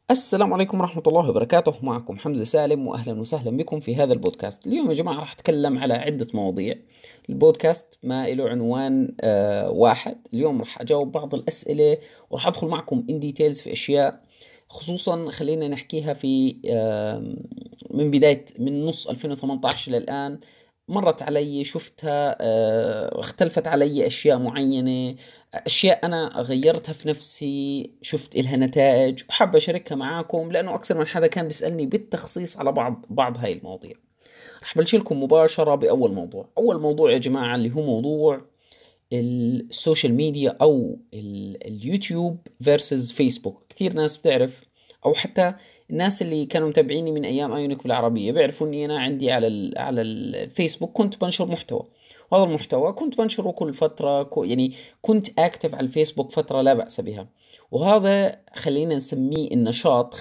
السلام عليكم ورحمة الله وبركاته. معكم حمزة سالم، وأهلا وسهلا بكم في هذا البودكاست. اليوم يا جماعة راح أتكلم على عدة مواضيع. البودكاست ما له عنوان واحد. اليوم راح أجاوب بعض الأسئلة، وراح أدخل معكم in details في أشياء، خصوصا خلينا نحكيها في من بداية من نص 2018 للآن. مرت علي، شفتها، اختلفت علي أشياء معينة، أشياء أنا غيرتها في نفسي، شفت إلها نتائج وحابة أشاركها معاكم، لأنه أكثر من حدا كان بيسألني بالتخصيص على بعض هاي المواضيع. رح بلش لكم مباشرة بأول موضوع. أول موضوع يا جماعة اللي هو موضوع السوشيال ميديا أو اليوتيوب versus فيسبوك. كثير ناس بتعرف، أو حتى الناس اللي كانوا متابعيني من أيام أيونيك بالعربية بيعرفوا إني أنا عندي على الفيسبوك كنت بنشر محتوى. وهذا المحتوى كنت بنشره كل فترة، يعني كنت أكتف على الفيسبوك فترة لا بأس بها. وهذا خلينا نسميه النشاط.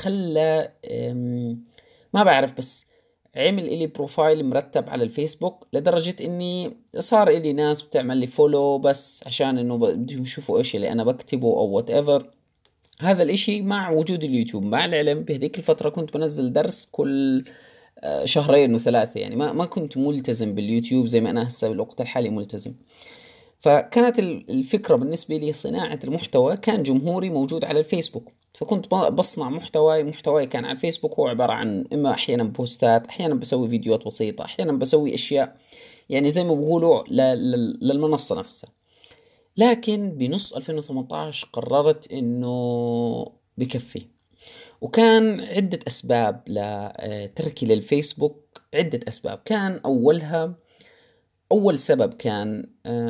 ما بعرف، بس عمل إلي بروفايل مرتب على الفيسبوك لدرجة إني صار إلي ناس بتعمل لي فولو بس عشان إنه بدهم يشوفوا إيش اللي أنا بكتبه أو whatever. هذا الإشي مع وجود اليوتيوب. مع العلم بهذيك الفترة كنت بنزل درس كل شهرين وثلاثة، يعني ما كنت ملتزم باليوتيوب زي ما أنا هسه بالوقت الحالي ملتزم. فكانت الفكرة بالنسبة لي صناعة المحتوى، كان جمهوري موجود على الفيسبوك، فكنت بصنع محتواي كان على الفيسبوك هو عبارة عن إما أحيانا بوستات، أحيانا بسوي فيديوهات بسيطة، أحيانا بسوي أشياء يعني زي ما بقولوا للمنصة نفسها. لكن بنص 2018 قررت إنه بكفي. وكان عدة أسباب لتركي للفيسبوك. عدة أسباب. كان أول سبب كان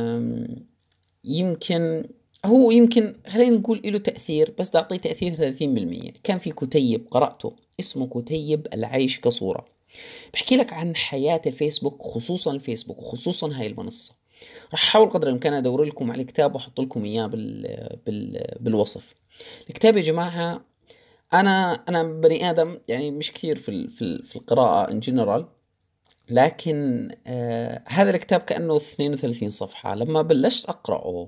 يمكن يمكن خلينا نقول له تأثير، بس بدي أعطيه تأثير 30%. كان في كتيب قرأته اسمه كتيب العيش كصورة، بحكي لك عن حياة الفيسبوك، خصوصا الفيسبوك وخصوصا هاي المنصة. راح أحاول قدر الإمكان أدور لكم على الكتاب وأحط لكم إياه بالوصف. الكتاب يا جماعة، أنا بني آدم يعني مش كثير في القراءة in general، لكن هذا الكتاب كأنه 32 صفحة. لما بلشت أقرأه،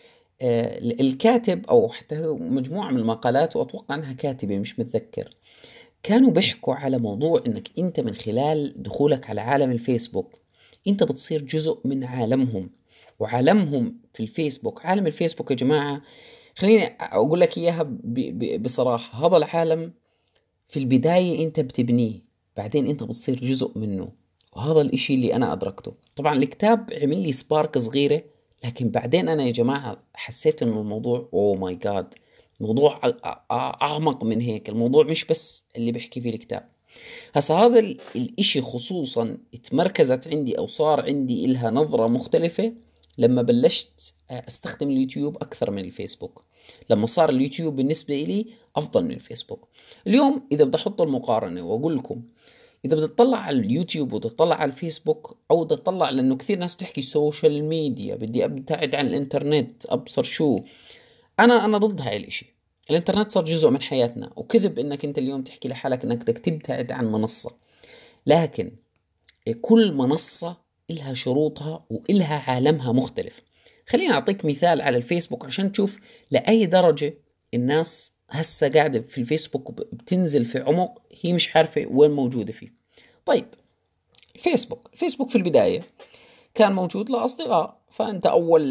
الكاتب أو حتى هو مجموعة من المقالات، وأتوقع أنها كاتبة مش متذكر، كانوا بيحكوا على موضوع إنك أنت من خلال دخولك على عالم الفيسبوك أنت بتصير جزء من عالمهم. وعالمهم في الفيسبوك، عالم الفيسبوك يا جماعة، خليني أقول لك إياها بصراحة. هذا العالم في البداية أنت بتبنيه، بعدين أنت بتصير جزء منه. وهذا الإشي اللي أنا أدركته. طبعا الكتاب عمل لي سبارك صغيرة، لكن بعدين أنا يا جماعة حسيت إنه الموضوع أوه ماي جاد، الموضوع أعمق من هيك. الموضوع مش بس اللي بيحكي فيه الكتاب. هسا هذا الإشي خصوصا اتمركزت عندي أو صار عندي إلها نظرة مختلفة لما بلشت استخدم اليوتيوب أكثر من الفيسبوك. لما صار اليوتيوب بالنسبة لي أفضل من الفيسبوك. اليوم إذا بدي أحط المقارنة وأقول لكم، إذا بدي تطلع على اليوتيوب وتطلع على الفيسبوك، أو بدي تطلع، لأنه كثير ناس بتحكي سوشيال ميديا بدي أبتعد عن الإنترنت أبصر شو، أنا ضد هاي الإشي. الإنترنت صار جزء من حياتنا، وكذب إنك أنت اليوم تحكي لحالك إنك بدك تبتعد عن منصة. لكن كل منصة إلها شروطها وإلها عالمها مختلف. خليني أعطيك مثال على الفيسبوك عشان تشوف لأي درجة الناس هسه قاعدة في الفيسبوك بتنزل في عمق هي مش عارفة وين موجودة فيه. طيب، الفيسبوك في البداية كان موجود لأصدقاء. فأنت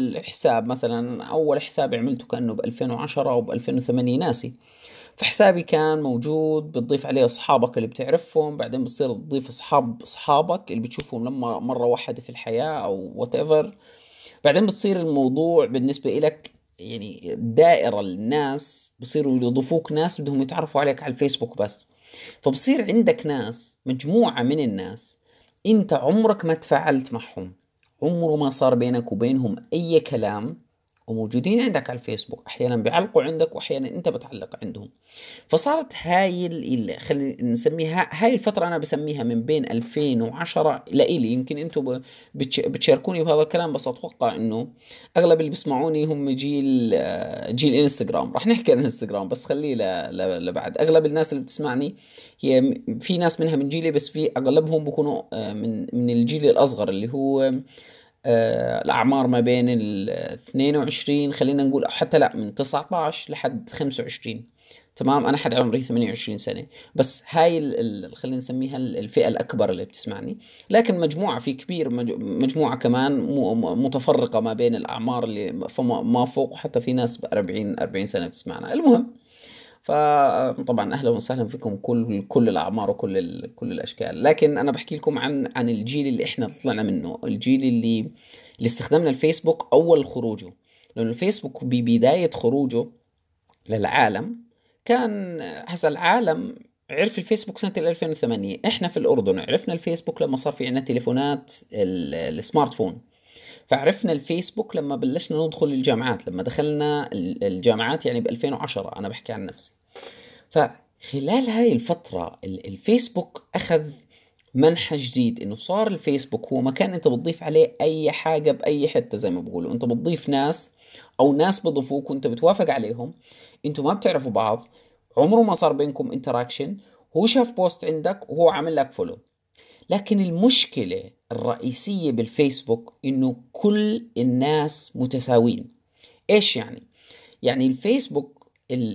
أول حساب عملته كأنه ب 2010 أو ب 2008 ناسي. فحسابي كان موجود، بتضيف عليه أصحابك اللي بتعرفهم، بعدين بتصير تضيف أصحابك اللي بتشوفهم لما مرة واحدة في الحياة أو whatever. بعدين بتصير الموضوع بالنسبة إلك يعني دائرة، الناس بصيروا يضيفوك ناس بدهم يتعرفوا عليك على الفيسبوك بس. فبصير عندك ناس، مجموعة من الناس انت عمرك ما تفاعلت معهم، عمره ما صار بينك وبينهم اي كلام، وموجودين عندك على الفيسبوك. احيانا بيعلقوا عندك واحيانا انت بتعلق عندهم. فصارت هاي خلي نسميها هاي الفترة، أنا بسميها من بين 2010 لإلي. يمكن أنتم بتشاركوني بهذا الكلام، بس أتوقع إنه أغلب اللي بيسمعوني هم جيل الانستغرام. راح نحكي عن الانستغرام بس خليه لبعد. أغلب الناس اللي بتسمعني هي في ناس منها من جيلي، بس في أغلبهم بيكونوا من الجيل الأصغر اللي هو الأعمار ما بين 22، خلينا نقول، أو حتى لا، من 19 لحد 25. تمام، انا حد عمري 28 سنه، بس هاي خلينا نسميها الفئه الاكبر اللي بتسمعني. لكن مجموعه في كبير، مجموعه كمان متفرقه ما بين الاعمار اللي فما ما فوق، وحتى في ناس ب 40 سنه بتسمعنا. المهم، فطبعا اهلا وسهلا فيكم كل الاعمار وكل كل الاشكال. لكن انا بحكي لكم عن الجيل اللي احنا طلعنا منه، الجيل اللي استخدمنا الفيسبوك اول خروجه. لانه الفيسبوك ببدايه خروجه للعالم كان هسا العالم عرف الفيسبوك سنة 2008. احنا في الأردن عرفنا الفيسبوك لما صار في عنا تليفونات السمارت فون. فعرفنا الفيسبوك لما بلشنا ندخل الجامعات، لما دخلنا الجامعات يعني ب 2010، أنا بحكي عن نفسي. فخلال هاي الفترة الفيسبوك أخذ منحى جديد، انه صار الفيسبوك هو مكان انت بتضيف عليه اي حاجة باي حتة. زي ما بقولوا انت بتضيف ناس، او ناس بضيفوك وانت بتوافق عليهم. انتوا ما بتعرفوا بعض، عمره ما صار بينكم انتراكشن، هو شاف بوست عندك وهو عامل لك فولو. لكن المشكلة الرئيسية بالفيسبوك انه كل الناس متساويين. ايش يعني؟ يعني الفيسبوك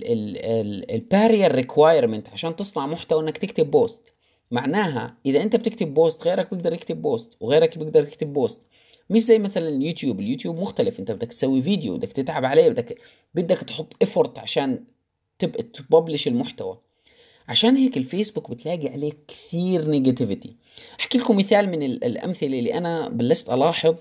البارير ريكوايرمنت عشان تصنع محتوى انك تكتب بوست. معناها اذا انت بتكتب بوست غيرك بيقدر يكتب بوست، وغيرك بيقدر يكتب بوست. مش زي مثلا اليوتيوب مختلف، انت بدك تسوي فيديو، بدك تتعب عليه، بدك تحط افورت عشان تبقى تببلش المحتوى. عشان هيك الفيسبوك بتلاقي عليه كثير نيجاتيفيتي. احكي لكم مثال من الامثله اللي انا بلشت الاحظ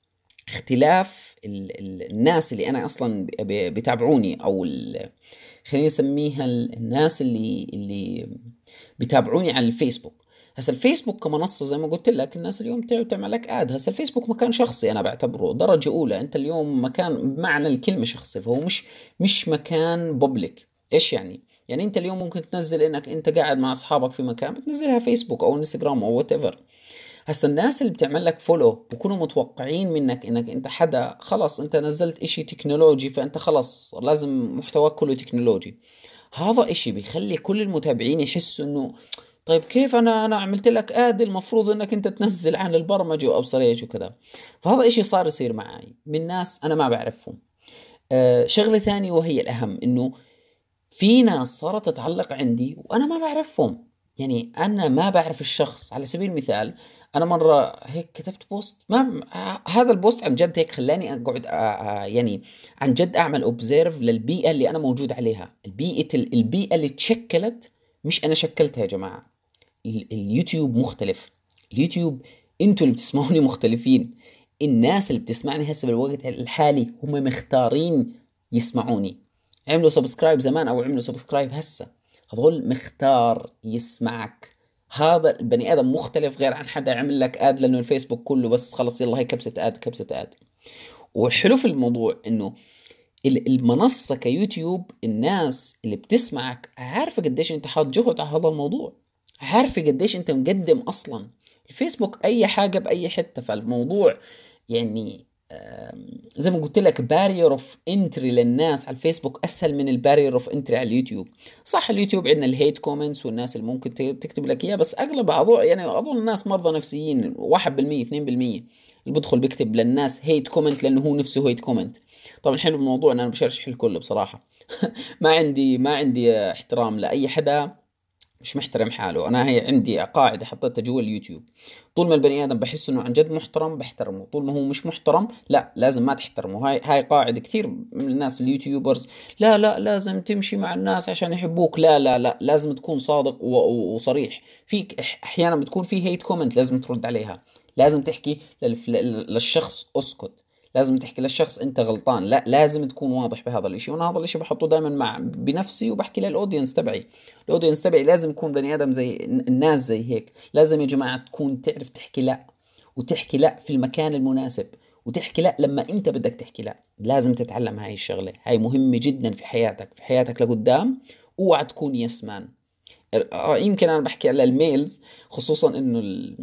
اختلاف الناس اللي انا اصلا بيتابعوني، او خلينا نسميها الناس اللي بيتابعوني على الفيسبوك. هسا الفيسبوك كمنصة زي ما قلت لك، الناس اليوم تعمل لك اد. هسا الفيسبوك مكان شخصي، انا بعتبره درجة اولى. انت اليوم مكان بمعنى الكلمة شخصي، فهو مش مكان بوبليك. ايش يعني؟ يعني انت اليوم ممكن تنزل انك انت قاعد مع اصحابك في مكان، بتنزلها فيسبوك او انستغرام او وات ايفر. هسا الناس اللي بتعمل لك فولو بكونوا متوقعين منك انك انت حدا خلص انت نزلت اشي تكنولوجي، فانت خلص لازم محتواك كله تكنولوجي. هذا اشي بيخلي كل المتابعين يحسوا انه طيب كيف انا عملت لك اد، المفروض انك انت تنزل عن البرمجة وابصر ايش وكذا. فهذا اشي صار يصير معي من ناس انا ما بعرفهم. شغلة ثانية وهي الاهم، انه في ناس صارت تتعلق عندي وانا ما بعرفهم. يعني انا ما بعرف الشخص. على سبيل المثال، انا مره هيك كتبت بوست، ما هذا البوست عن جد هيك خلاني اقعد يعني عن جد اعمل اوبزيرف للبيئه اللي انا موجود عليها، البيئه اللي تشكلت. مش انا شكلتها يا جماعه. اليوتيوب مختلف. اليوتيوب انتوا اللي بتسمعوني مختلفين. الناس اللي بتسمعني هسه بالوقت الحالي هم مختارين يسمعوني. عملوا سبسكرايب زمان او عملوا سبسكرايب هسه، هذول مختار يسمعك. هذا البني ادم مختلف غير عن حدا عمل لك اد لانه الفيسبوك كله بس خلص يلا هي كبسة اد كبسة اد. والحلو في الموضوع انه المنصة كيوتيوب، الناس اللي بتسمعك عارفة قديش انت حاط جهد على هذا الموضوع، عارفة قديش انت مقدم اصلا. الفيسبوك اي حاجة باي حتة، فالموضوع يعني زي ما قلت لك بارير اوف انتري للناس على الفيسبوك اسهل من البارير اوف انتري على اليوتيوب. صح اليوتيوب عندنا الهيت كومنتس والناس اللي ممكن تكتب لك اياه، بس اغلب يعني اظن الناس مرضى نفسيين 1% 2% اللي بدخل بيكتب للناس هيت كومنت لانه هو نفسه هيت كومنت. طبعا حلو الموضوع ان انا بشرح الكل بصراحة. ما عندي احترام لاي حدا مش محترم حاله. انا هي عندي قاعده حطيتها جوا اليوتيوب، طول ما البني ادم بحس انه عن جد محترم بحترمه، طول ما هو مش محترم لا لازم ما تحترمه. هاي قاعده كثير من الناس اليوتيوبرز. لا لازم تمشي مع الناس عشان يحبوك. لا لازم تكون صادق وصريح. فيك احيانا بتكون في هيت كومنت لازم ترد عليها، لازم تحكي للشخص اسكت، لازم تحكي للشخص انت غلطان. لا لازم تكون واضح بهذا الاشي. وانا هذا الاشي بحطه دائما بنفسي وبحكي للاودينس تبعي. الاودينس تبعي لازم يكون بني ادم زي الناس زي هيك. لازم يا جماعه تكون تعرف تحكي لا، وتحكي لا في المكان المناسب، وتحكي لا لما انت بدك تحكي لا. لازم تتعلم هاي الشغله، هاي مهمه جدا في حياتك لقدام. اوعى تكون يسمان. يمكن انا بحكي على الميلز خصوصا انه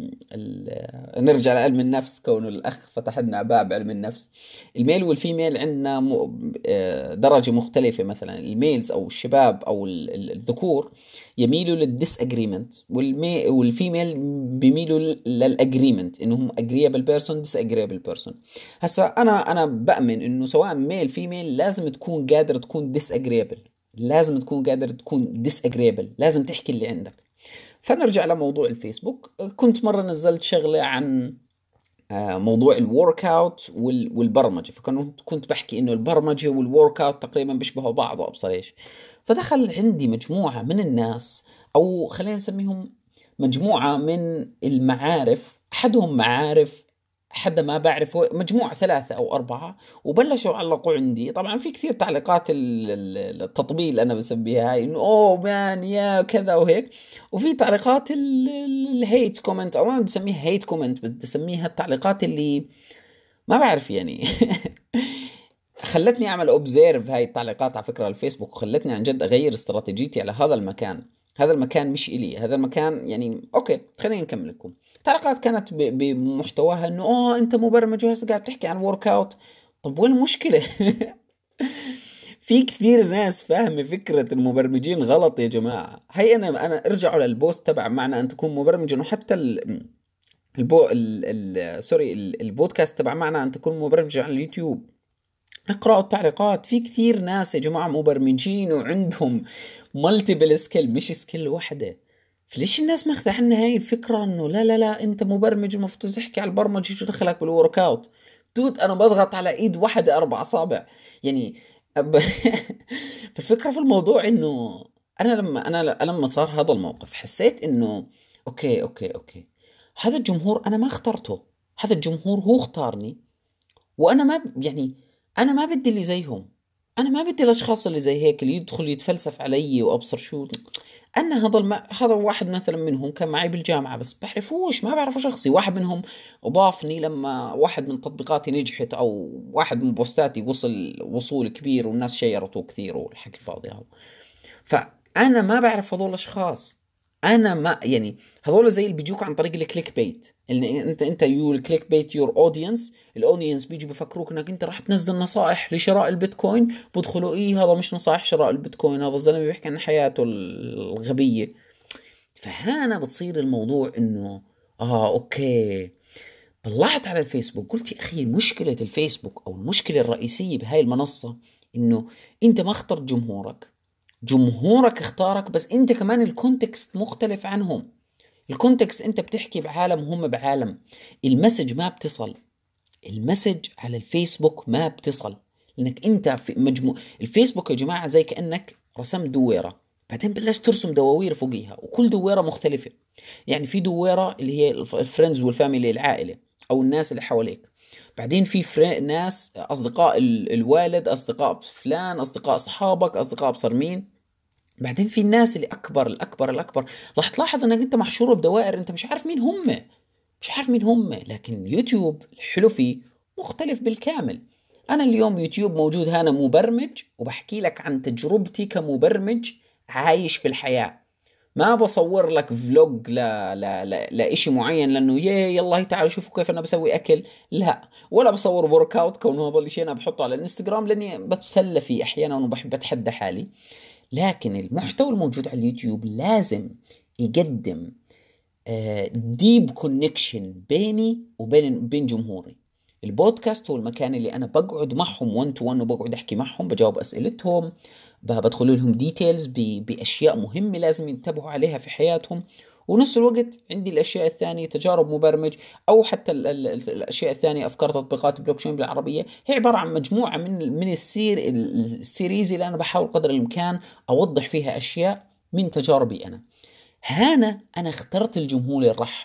نرجع لعلم النفس، كونه الاخ فتح لنا باب علم النفس. الميل والفيميل عندنا درجة مختلفة. مثلا الميلز او الشباب او الذكور يميلوا للديس اجريمنت، والفيميل بيميلوا للاجريمنت، انهم اجريبل بيرسون ديس اجريبل بيرسون. هسا انا بأمن انه سواء ميل فيميل لازم تكون قادر تكون ديس اجريبل. لازم تكون قادر تكون disagreeable، لازم تحكي اللي عندك. فنرجع لموضوع الفيسبوك. كنت مرة نزلت شغلة عن موضوع الورك اوت والبرمجة، كنت بحكي انه البرمجة والورك اوت تقريبا بيشبهوا بعض وابصر ايش. فدخل عندي مجموعة من الناس، او خلينا نسميهم مجموعة من المعارف، احدهم معارف، حدا ما بعرفه، مجموعة ثلاثة أو أربعة، وبلشوا يعلقوا عندي. طبعا في كثير تعليقات التطبيل أنا بسميها هاي، إنه أوه مان يا كذا وهيك. وفي تعليقات الهيت كومنت، أو ما بدي أسميها هيت كومنت، بس بدي أسميها التعليقات اللي ما بعرف يعني. خلتني أعمل أوبزيرف هاي التعليقات على فكرة على الفيسبوك، وخلتني عن جد أغير استراتيجيتي على هذا المكان. هذا المكان مش إلي، هذا المكان يعني أوكي. خلينا نكمل لكم. تعليقات كانت بمحتواها إنه أنت مبرمج وهسه قاعد تحكي عن ورك أوت. طب وين المشكلة؟ في كثير ناس فاهمة فكرة المبرمجين غلط يا جماعة. هي أنا ارجعوا للبوست تبع معنى أن تكون مبرمجا، وحتى سوري، البودكاست تبع معنى أن تكون مبرمجا على اليوتيوب. اقرأوا التعليقات. في كثير ناس يا جماعة مبرمجين وعندهم مالتيبل سكيل، مش سكيل واحدة. فليش الناس ماخذة عنا هاي الفكرة انه لا لا لا انت مبرمج المفروض تحكي على البرمجة، شو دخلك بالورك اوت؟ دود انا بضغط على ايد واحدة 4 اصابع يعني. أب... فالفكرة في الموضوع انه انا لما صار هذا الموقف حسيت انه اوكي، هذا الجمهور انا ما اخترته، هذا الجمهور هو اختارني. وانا ما يعني انا ما بدي اللي زيهم. انا ما بدي الاشخاص اللي زي هيك اللي يدخل يتفلسف علي وابصر شو. انا هذا واحد مثلا منهم كان معي بالجامعه بس بعرفوش، ما بعرفه شخصي. واحد منهم ضافني لما واحد من تطبيقاتي نجحت، او واحد من بوستاتي وصول كبير والناس شيرته كثير والحكي الفاضي هذا. فانا ما بعرف هذول الاشخاص. انا ما يعني هذول زي اللي بيجوك عن طريق الكليك بيت، اللي انت يو الكليك بيت يور اودينس. الاودينس بيجي بفكروك انك انت راح تنزل نصائح لشراء البيتكوين، بدخلوا هذا مش نصائح شراء البيتكوين، هذا الزلمه بيحكي عن حياته الغبيه. فهنا بتصير الموضوع انه اوكي. طلعت على الفيسبوك قلت يا اخي مشكله الفيسبوك او المشكله الرئيسيه بهاي المنصه انه انت ما اخترت جمهورك. جمهورك اختارك، بس انت كمان الكونتكست مختلف عنهم. الكونتكست انت بتحكي بعالم وهم بعالم. المسج ما بتصل. المسج على الفيسبوك ما بتصل، لانك انت في الفيسبوك يا جماعة زي كأنك رسمت دويرة، بعدين بلشت ترسم دواوير فوقيها، وكل دويرة مختلفة. يعني في دويرة اللي هي الفريندز والفاميلي، العائلة او الناس اللي حواليك. بعدين في ناس اصدقاء الوالد، اصدقاء فلان، اصدقاء اصحابك، اصدقاء ابصر مين. بعدين في الناس اللي اكبر. راح تلاحظ انك انت محشور بدوائر انت مش عارف مين هم. مش عارف مين هم. لكن يوتيوب الحلو فيه مختلف بالكامل. انا اليوم يوتيوب موجود، انا مبرمج وبحكي لك عن تجربتي كمبرمج عايش في الحياة. ما بصور لك فلوج لإشي معين لانه يلا هي تعالوا شوفوا كيف انا بسوي اكل. لا، ولا بصور ورك اوت كونه هذا الشيء انا بحطه على الانستغرام لاني بتسلى فيه احيانا وبحب اتحدى حالي. لكن المحتوى الموجود على اليوتيوب لازم يقدم ديب كونكشن بيني وبين جمهوري. البودكاست هو المكان اللي انا بقعد معهم 1 تو 1، وبقعد احكي معهم، بجاوب اسئلتهم، بدخل لهم ديتيلز باشياء مهمه لازم ينتبهوا عليها في حياتهم. ونفس الوقت عندي الاشياء الثانيه تجارب مبرمج، او حتى الاشياء الثانيه افكار تطبيقات بلوكشين بالعربيه. هي عباره عن مجموعه من السيريز اللي انا بحاول قدر الامكان اوضح فيها اشياء من تجاربي انا. هنا انا اخترت الجمهور اللي راح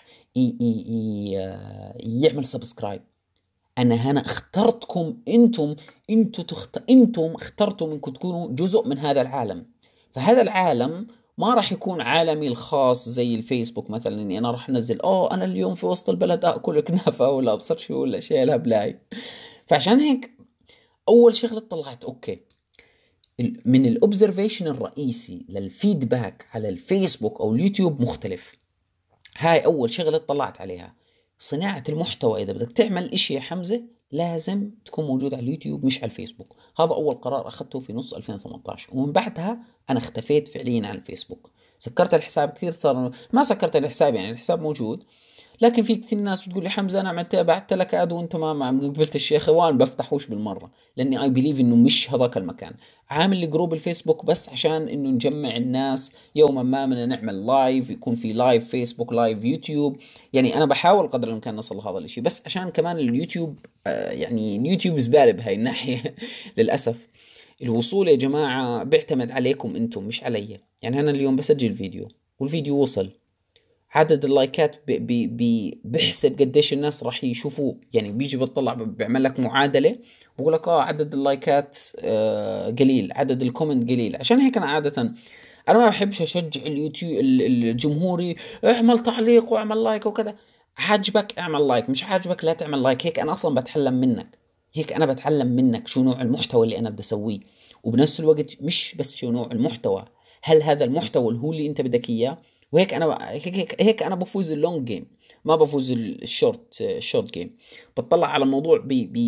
يعمل سبسكرايب. انا هنا اخترتكم انتم. انتم اخترتوا انكم تكونوا جزء من هذا العالم. فهذا العالم ما راح يكون عالمي الخاص زي الفيسبوك مثلا، اني انا راح انزل انا اليوم في وسط البلد اكل كنافه ولا ابصر شو ولا شيء الهبلاي. فعشان هيك اول شغله طلعت اوكي من الاوبزرفيشن الرئيسي للفيدباك على الفيسبوك او اليوتيوب مختلف. هاي اول شغلة طلعت عليها. صناعة المحتوى اذا بدك تعمل اشي يا حمزة لازم تكون موجود على اليوتيوب مش على الفيسبوك. هذا اول قرار اخذته في نص 2018، ومن بعدها انا اختفيت فعليا عن الفيسبوك. سكرت الحساب كثير، صار ما سكرت الحساب يعني الحساب موجود، لكن في كثير ناس بتقول لي حمزة أنا عملت بعت لك اد وأنت ما قبلتش. يا أخوان بفتحوش بالمرة، لأني أي بليف إنه مش هذاك المكان. عامل لي جروب الفيسبوك بس عشان إنه نجمع الناس يوما ما بدنا نعمل لايف، يكون في لايف فيسبوك، لايف يوتيوب. يعني أنا بحاول قدر الإمكان نصل لهذا الإشي، بس عشان كمان اليوتيوب يعني اليوتيوب زبالة بهاي الناحية للأسف. الوصول يا جماعة بيعتمد عليكم انتم مش علي. يعني انا اليوم بسجل فيديو والفيديو وصل، عدد اللايكات بحسب قديش الناس راح يشوفوه. يعني بيجي بتطلع بيعمل لك معادلة، بقول لك عدد اللايكات قليل، عدد الكومنت قليل. عشان هيك انا عادة انا ما بحبش اشجع اليوتيوب الجمهوري اعمل تعليق واعمل لايك وكذا. عاجبك اعمل لايك، مش عاجبك لا تعمل لايك. هيك انا اصلا بتعلم منك، هيك انا بتعلم منك شو نوع المحتوى اللي انا بدي اسويه. وبنفس الوقت مش بس شو نوع المحتوى، هل هذا المحتوى اللي هو اللي انت بدك اياه. وهيك انا هيك انا بفوز اللونج جيم، ما بفوز الشورت جيم. بطلع على الموضوع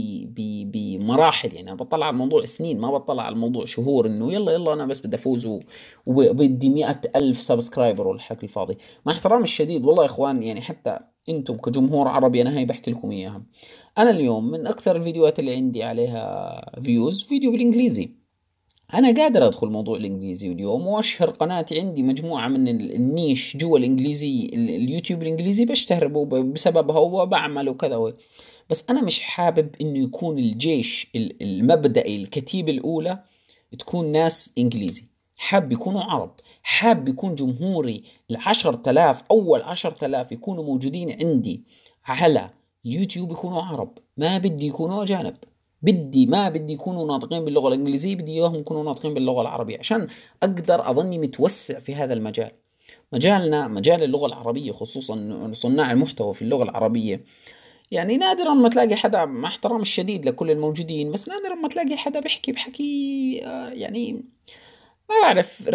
بمراحل. يعني انا بطلع على الموضوع سنين، ما بطلع على الموضوع شهور انه يلا يلا انا بس بدي افوز وبدي 100,000 سبسكرايبر والحكي الفاضي. مع احترامي الشديد والله يا اخوان، يعني حتى انتم كجمهور عربي انا هاي بحكي لكم اياها. انا اليوم من اكثر الفيديوهات اللي عندي عليها فيوز فيديو بالانجليزي. انا قادر ادخل موضوع الانجليزي اليوم واشهر قناتي، عندي مجموعة من النيش جوا الانجليزي، اليوتيوب الانجليزي بشتهر بسببها وبعمل وكذا. بس انا مش حابب انه يكون الجيش المبدئي الكتيبة الاولى تكون ناس انجليزي. حاب يكونوا عرب، حاب يكون جمهوري 10,000 اول 10,000 يكونوا موجودين عندي على اليوتيوب يكونوا عرب، ما بدي يكونوا اجانب. ما بدي يكونوا ناطقين باللغة الانجليزية، بدي اياهم يكونوا ناطقين باللغة العربية عشان اقدر اظني متوسع في هذا المجال. مجالنا مجال اللغة العربية، خصوصا صناع المحتوى في اللغة العربية. يعني نادرا ما تلاقي حدا، مع احترام الشديد لكل الموجودين، بس نادرا ما تلاقي حدا بيحكي بحكي يعني ما بعرف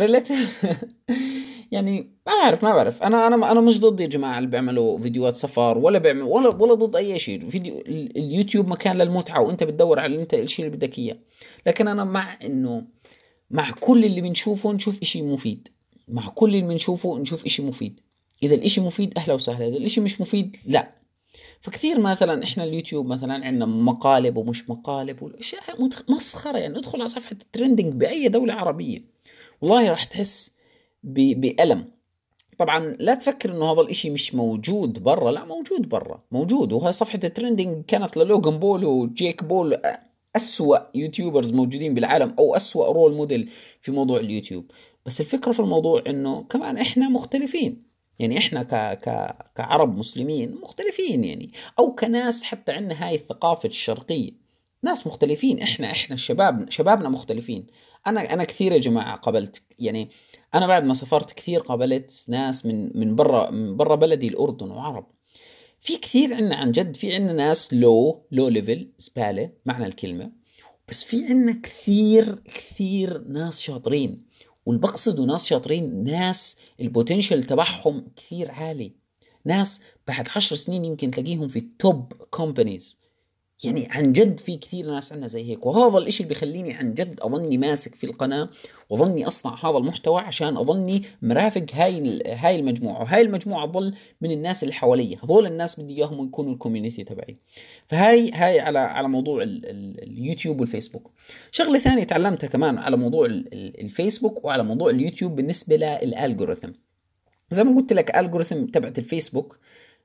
يعني ما بعرف. انا مش ضد يا جماعه اللي بيعملوا فيديوهات سفر، ولا بيعمل ولا ضد اي شيء. فيديو اليوتيوب مكان للمتعه، وانت بتدور على انت الشيء اللي بدك اياه. لكن انا مع انه مع كل اللي بنشوفه نشوف اشي مفيد، مع كل اللي بنشوفه نشوف اشي مفيد. اذا الاشي مفيد اهلا وسهلا، اذا الاشي مش مفيد لا. فكثير مثلا احنا اليوتيوب مثلا عندنا مقالب ومش مقالب والاشياء مسخره. يعني ادخل على صفحه الترندنج باي دوله عربيه والله راح تحس بألم. طبعا لا تفكر انه هذا الاشي مش موجود برا، لا موجود برا، موجود. وهي صفحة الترندنج كانت للوغان بول وجيك بول، أسوأ يوتيوبرز موجودين بالعالم او أسوأ رول موديل في موضوع اليوتيوب. بس الفكرة في الموضوع انه كمان احنا مختلفين. يعني احنا كعرب مسلمين مختلفين، يعني او كناس حتى عندنا هاي الثقافة الشرقية، ناس مختلفين. احنا شبابنا مختلفين. انا كثير يا جماعة قابلت، يعني انا بعد ما سافرت كثير قابلت ناس من برا بلدي الاردن وعرب. في كثير عنا عن جد، في عنا ناس لو ليفل زبالة معنى الكلمة، بس في عنا كثير كثير ناس شاطرين. واللي بقصده ناس شاطرين، ناس البوتنشل تبعهم كثير عالي، ناس بعد 10 سنين يمكن تلاقيهم في التوب كومبانيز. يعني عن جد في كثير ناس عنا زي هيك، وهذا الاشي اللي بيخليني عن جد اظني ماسك في القناة، واظني اصنع هذا المحتوى عشان اظني مرافق هاي المجموعة. وهاي المجموعة تظل من الناس اللي حواليا، هذول الناس بدي اياهم يكونوا الكوميونتي تبعي. فهاي على موضوع اليوتيوب والفيسبوك. شغلة ثانية تعلمتها كمان على موضوع الفيسبوك وعلى موضوع اليوتيوب بالنسبة للالجوريثم. زي ما قلت لك الالجوريثم تبعت الفيسبوك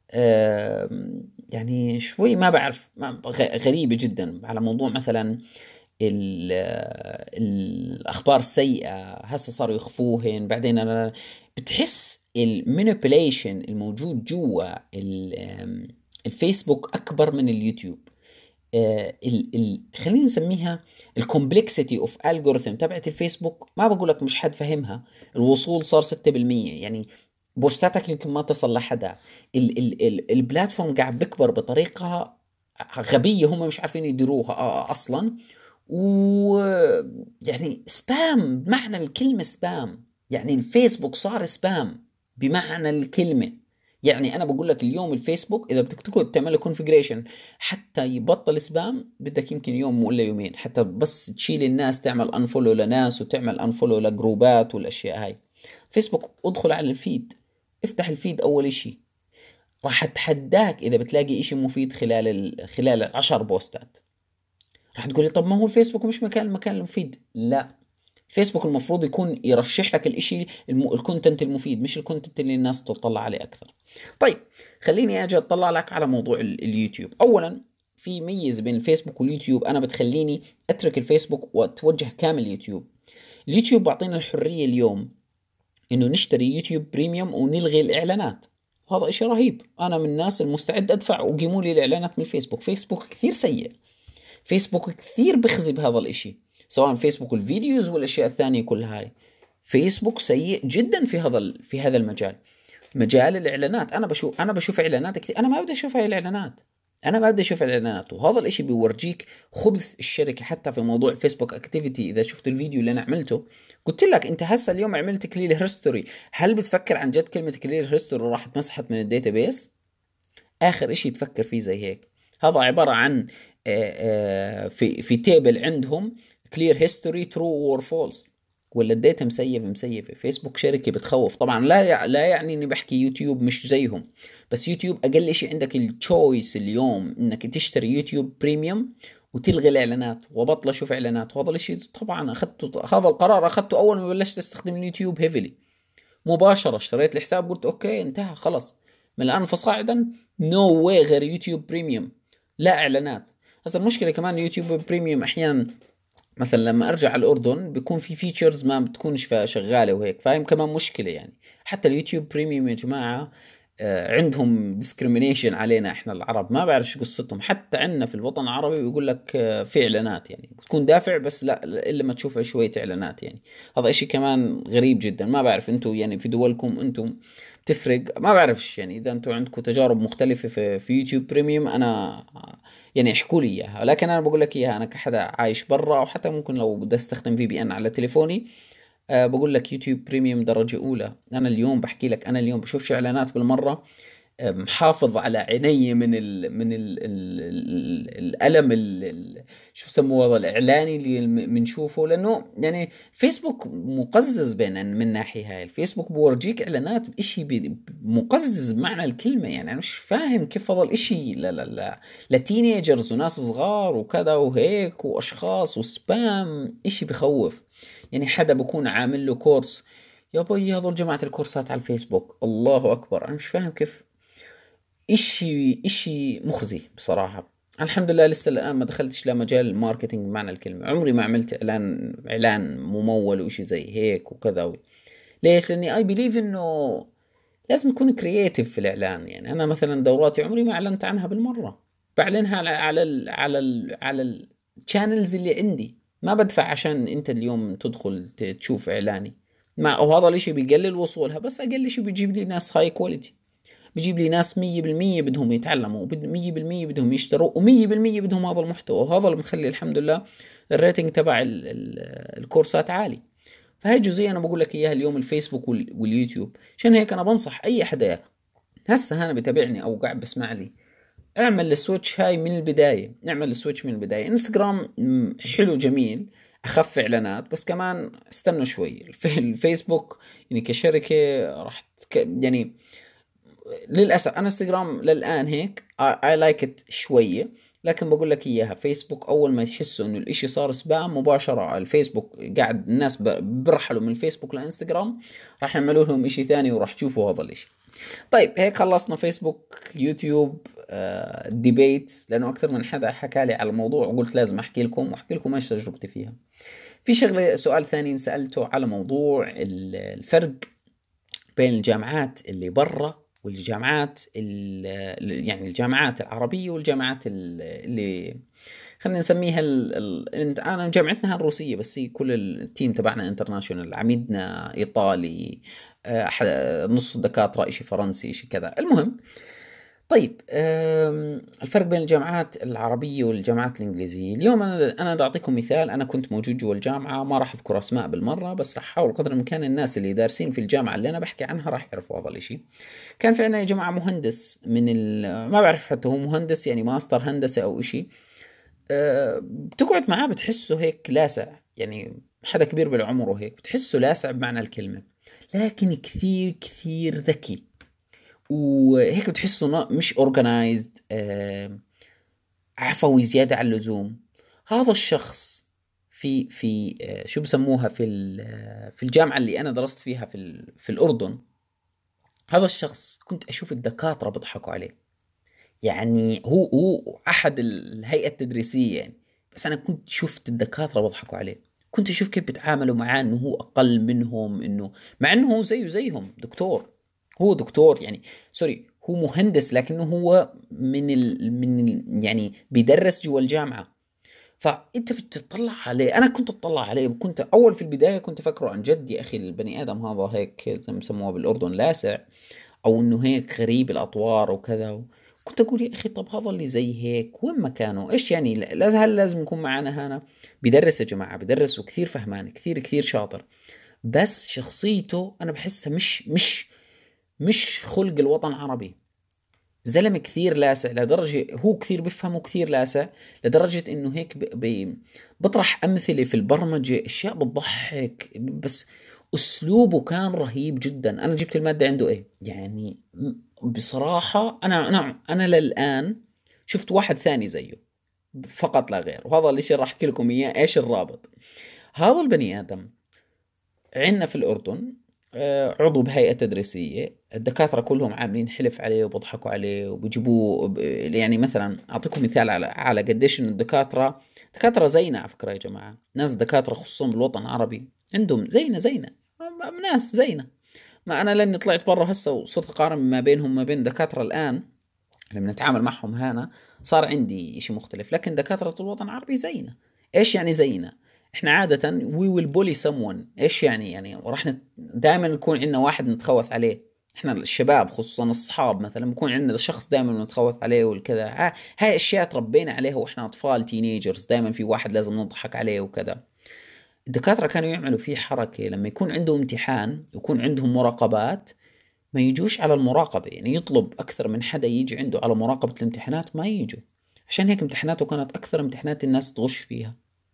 يعني شوي ما بعرف، غريبة جدا على موضوع مثلا الأخبار السيئة. هسه صاروا يخفوهن، بعدين أنا بتحس المانيبيوليشن الموجود جوا الفيسبوك أكبر من اليوتيوب. خلينا نسميها الكومبلكسيتي اوف الجوريثم تبعت الفيسبوك. ما بقول لك مش حد فهمها، الوصول صار 6%. يعني بوستاتك يمكن ما تصل لحدا. البلاتفورم قاعد بكبر بطريقة غبية، هم مش عارفين يديروها اصلا. ويعني سبام بمعنى الكلمة سبام. يعني الفيسبوك صار سبام بمعنى الكلمة. يعني انا بقول لك اليوم الفيسبوك اذا بدك تعمل له كونفيجريشن حتى يبطل سبام بدك يمكن يوم ولا يومين، حتى بس تشيل الناس، تعمل انفولو لناس وتعمل انفولو لجروبات والاشياء هاي. فيسبوك ادخل على الفيد، افتح الفيد اول اشي، راح اتحداك اذا بتلاقي اشي مفيد خلال 10 بوستات. راح تقولي طب ما هو الفيسبوك مش المكان المفيد. لا، فيسبوك المفروض يكون يرشح لك الاشي الكونتنت المفيد، مش الكونتنت اللي الناس تطلع عليه اكثر. طيب، خليني اجي اطلع لك على موضوع اليوتيوب. اولا، في ميز بين الفيسبوك واليوتيوب انا بتخليني اترك الفيسبوك واتوجه كامل اليوتيوب. اليوتيوب بعطينا الحرية اليوم انه نشتري يوتيوب بريميوم ونلغي الاعلانات، وهذا اشي رهيب. انا من الناس المستعد ادفع وقيموا لي الاعلانات من الفيسبوك. فيسبوك كثير سيء، فيسبوك كثير بخزي بهذا الاشي، سواء فيسبوك الفيديوز والاشياء الثانية كل هاي. فيسبوك سيء جدا في هذا المجال. مجال الاعلانات، انا بشوف اعلانات كثير، انا ما بدي اشوف هاي الاعلانات، انا ما بدي اشوف الاعلانات. وهذا الاشي بيورجيك خبث الشركة. حتى في موضوع فيسبوك اكتيفيتي، اذا شفت الفيديو اللي انا عملته قلت لك انت هسه اليوم عملت كلير هيستوري، هل بتفكر عن جد كلمة كلير هيستوري راح اتمسحت من الداتابيس؟ اخر اشي تفكر فيه زي هيك. هذا عبارة عن في تيبل عندهم كلير هيستوري ترو اور فولس، ولا الداتا مسيفة. فيسبوك شركة بتخوف. طبعا لا يعني اني بحكي يوتيوب مش زيهم، بس يوتيوب اقل شيء عندك التشويس اليوم انك تشتري يوتيوب بريميوم وتلغي الاعلانات وبطل اشوف اعلانات. وهذا الشيء طبعا هذا القرار اخذته اول ما بلشت استخدم اليوتيوب هيفلي. مباشرة اشتريت الحساب، قلت اوكي انتهى خلص، من الان فصاعدا نو واي غير يوتيوب بريميوم، لا اعلانات. هسه المشكلة كمان يوتيوب بريميوم احيانا مثلا لما ارجع على الاردن بيكون في فيتشرز ما بتكونش شغاله وهيك، فاهم؟ كمان مشكله يعني. حتى اليوتيوب بريميوم يا جماعه عندهم ديسكريمينيشن علينا احنا العرب، ما بعرف شو قصتهم. حتى عندنا في الوطن العربي بيقول لك في اعلانات، يعني بتكون دافع بس لا الا ما تشوف شويه اعلانات يعني. هذا اشي كمان غريب جدا. ما بعرف انتم يعني في دولكم انتم تفرق، ما بعرفش يعني اذا انتم عندكم تجارب مختلفه في يوتيوب بريميوم. انا يعني احكوا لي اياها، لكن انا بقول لك اياها انا كحدا عايش برا، او حتى ممكن لو بدي استخدم في بي ان على تليفوني. بقول لك يوتيوب بريميوم درجة أولى. أنا اليوم بحكي لك، أنا اليوم بشوفش إعلانات بالمرة. محافظ على عيني من الألم شو بسموه هذا الإعلاني اللي بنشوفه، لأنه يعني فيسبوك مقزز من ناحية هاي. الفيسبوك بورجيك إعلانات بإشي مقزز بمعنى الكلمة. يعني أنا مش فاهم كيف هذا الإشي لا لتينيجرز وناس صغار وكذا وهيك وأشخاص وسبام. إشي بخوف يعني. حدا بكون عامل له كورس، يا بي هذول جماعة الكورسات على الفيسبوك الله أكبر، أنا مش فاهم كيف. إشي مخزي بصراحة. الحمد لله لسه الآن ما دخلتش لمجال الماركتينج بمعنى الكلمة. عمري ما عملت إعلان ممول وإشي زي هيك وكذا. ليش؟ لأني I believe إنه لازم تكون كرييتيف في الإعلان. يعني أنا مثلا دوراتي عمري ما أعلنت عنها بالمرة، بعلنها على الشانلز اللي عندي. ما بدفع عشان أنت اليوم تدخل تشوف إعلاني. وهذا الإشي بيقلل وصولها، بس أقل شيء بيجيب لي ناس هاي كواليتي، بيجيب لي ناس 100% بدهم يتعلموا، 100% بدهم يشتروا، و100% بدهم هذا المحتوى. وهذا اللي مخلي الحمد لله الريتنج تبع الكورسات عالي. فهي جزئية أنا بقول لك إياها اليوم، الفيسبوك واليوتيوب. عشان هيك أنا بنصح أي حدا هسه أنا بتابعني أو قاعد بسمع لي، اعمل السويتش هاي من البداية. نعمل السويتش من البداية. انستغرام حلو جميل، أخف إعلانات، بس كمان استنوا شوي. الفيسبوك يعني كشركة راح يعني للأسف أنا انستغرام للآن هيك I like it شوية. لكن بقول لك إياها، فيسبوك أول ما يحسوا إنه الإشي صار سبام مباشرة، الفيسبوك قاعد الناس برحلوا من الفيسبوك لإنستغرام، راح يعملوا لهم إشي ثاني وراح تشوفوا هذا الإشي. طيب هيك خلصنا فيسبوك يوتيوب ديبيت، لأنه أكثر من حدا حكى لي على الموضوع وقلت لازم أحكي لكم وأحكي لكم إيش تجربتي فيها. في شغلة سؤال ثاني سألته على موضوع الفرق بين الجامعات اللي برا والجامعات يعني الجامعات العربية والجامعات اللي خلينا نسميها انا جامعتنا الروسية، بس هي كل التيم تبعنا انترناشونال، عميدنا ايطالي، نص الدكاترة اشي فرنسي اشي كذا. المهم، طيب الفرق بين الجامعات العربية والجامعات الإنجليزية. اليوم أنا بدي أعطيكم مثال. أنا كنت موجود جوا الجامعة، ما راح أذكر أسماء بالمرة، بس راح أحاول قدر الإمكان الناس اللي دارسين في الجامعة اللي أنا بحكي عنها راح يعرفوا هذا الإشي. كان في عنا يا جماعة مهندس ما بعرف حتى هو مهندس يعني ماستر هندسة أو إشي. بتقعد معاه بتحسه هيك لاسع، يعني حدا كبير بالعمر وهيك بتحسه لاسع بمعنى الكلمة، لكن كثير كثير ذكي وهيك بتحسه مش اورجنايزد، عفوي زيادة عن اللزوم. هذا الشخص في شو بسموها في الجامعة اللي أنا درست فيها في الأردن، هذا الشخص كنت أشوف الدكاترة بيضحكوا عليه. يعني هو أحد الهيئة التدريسية يعني، بس أنا كنت شفت الدكاترة بيضحكوا عليه. كنت أشوف كيف بيتعاملوا معاه إنه هو أقل منهم، إنه مع إنه هو زيه زيهم دكتور. هو دكتور يعني، سوري، هو مهندس، لكنه هو من يعني بيدرس جوا الجامعة. فانت بتطلع عليه، انا كنت اطلع عليه، كنت اول في البدايه كنت فكره عن جد يا اخي البني ادم هذا هيك زي ما بسموها بالاردن لاسع، او انه هيك غريب الاطوار وكذا. كنت اقول يا اخي طب هذا اللي زي هيك وين مكانه؟ ايش يعني هل لازم يكون معنا هنا؟ بيدرس يا جماعه، بيدرس وكثير فهمان، كثير كثير شاطر، بس شخصيته انا بحسها مش خلق الوطن العربي. زلمة كثير لاسع لدرجة، هو كثير بفهم وكثير لاسع لدرجة انه هيك بطرح امثلة في البرمجة، اشياء بتضحك، بس اسلوبه كان رهيب جدا. انا جبت المادة عنده ايه يعني، بصراحة انا للان شفت واحد ثاني زيه فقط لا غير، وهذا الاشي راح احكي لكم اياه ايش الرابط. هذا البني ادم عندنا في الأردن عضو بهيئة تدريسية، الدكاترة كلهم عاملين حلف عليه وبضحكوا عليه وبيجيبوه يعني مثلا أعطيكم مثال على قديش إنه الدكاترة دكاترة زينا على فكرة يا جماعة، ناس دكاترة خصوصا بالوطن العربي عندهم زينا ناس زينا. ما أنا لأني طلعت برا هسه وصرت أقارن ما بينهم ما بين دكاترة الآن لما نتعامل معهم هنا، صار عندي إشي مختلف. لكن دكاترة الوطن العربي زينا. إيش يعني زينا؟ إحنا عادة we will bully someone. إيش يعني راح دائما يكون عندنا واحد نتخوث عليه. إحنا الشباب خصوصا الصحاب مثلا بكون عندنا شخص دائما نتخوث عليه والكذا، هاي أشياء تربينا عليها وإحنا أطفال تينيجرز، دائما في واحد لازم نضحك عليه وكذا. الدكاترة كانوا يعملوا فيه حركة لما يكون عندهم امتحان يكون عندهم مراقبات، ما يجوش على المراقبة، يعني يطلب أكثر من حدا يجي عنده على مراقبة الامتحانات ما يجوا. عشان هيك امتحاناته كانت أكثر امتحانات الناس تغش فيها.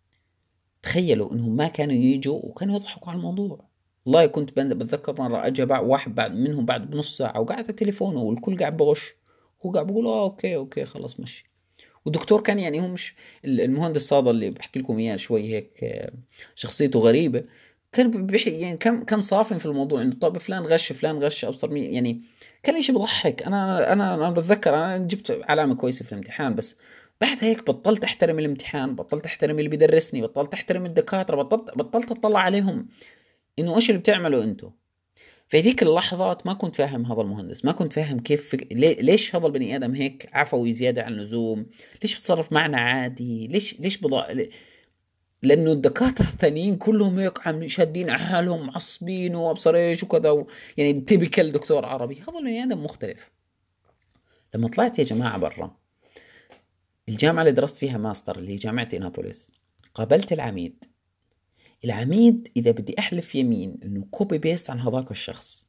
تخيلوا إنهم ما كانوا يجوا وكانوا يضحكوا على الموضوع. والله كنت بتذكر مرة أجا واحد بعد منهم بعد بنص ساعة وقاعد على تليفونه والكل قاعد بغش، هو قاعد بقول أوكي خلاص مشي. والدكتور كان يعني هو مش المهندس هذا اللي بحكي لكم اياه شوي هيك شخصيته غريبة، كان بيحكي يعني كان صافن في الموضوع انه طب فلان غش ابصر مين يعني. كان شيء بضحك. انا بتذكر انا جبت علامة كويسة في الامتحان، بس بعد هيك بطلت احترم الامتحان، بطلت احترم اللي بيدرسني، بطلت احترم الدكاترة، بطلت اطلع عليهم انه ايش اللي بتعملوا انتم. في هذيك اللحظات ما كنت فاهم هذا المهندس، ما كنت فاهم كيف ليش هذا البني آدم هيك عفوي زيادة عن اللزوم، ليش بتصرف معنا عادي، ليش لأنه الدكاترة الثانيين كلهم هيك عم شادين على حالهم معصبين وأبصر إيش وكذا يعني تيبيكال دكتور عربي. هذا البني آدم مختلف. لما طلعت يا جماعة برا الجامعة اللي درست فيها ماستر اللي هي جامعة إنابوليس، قابلت العميد. العميد إذا بدي أحلف يمين إنه كوبي بيست عن هذاك الشخص.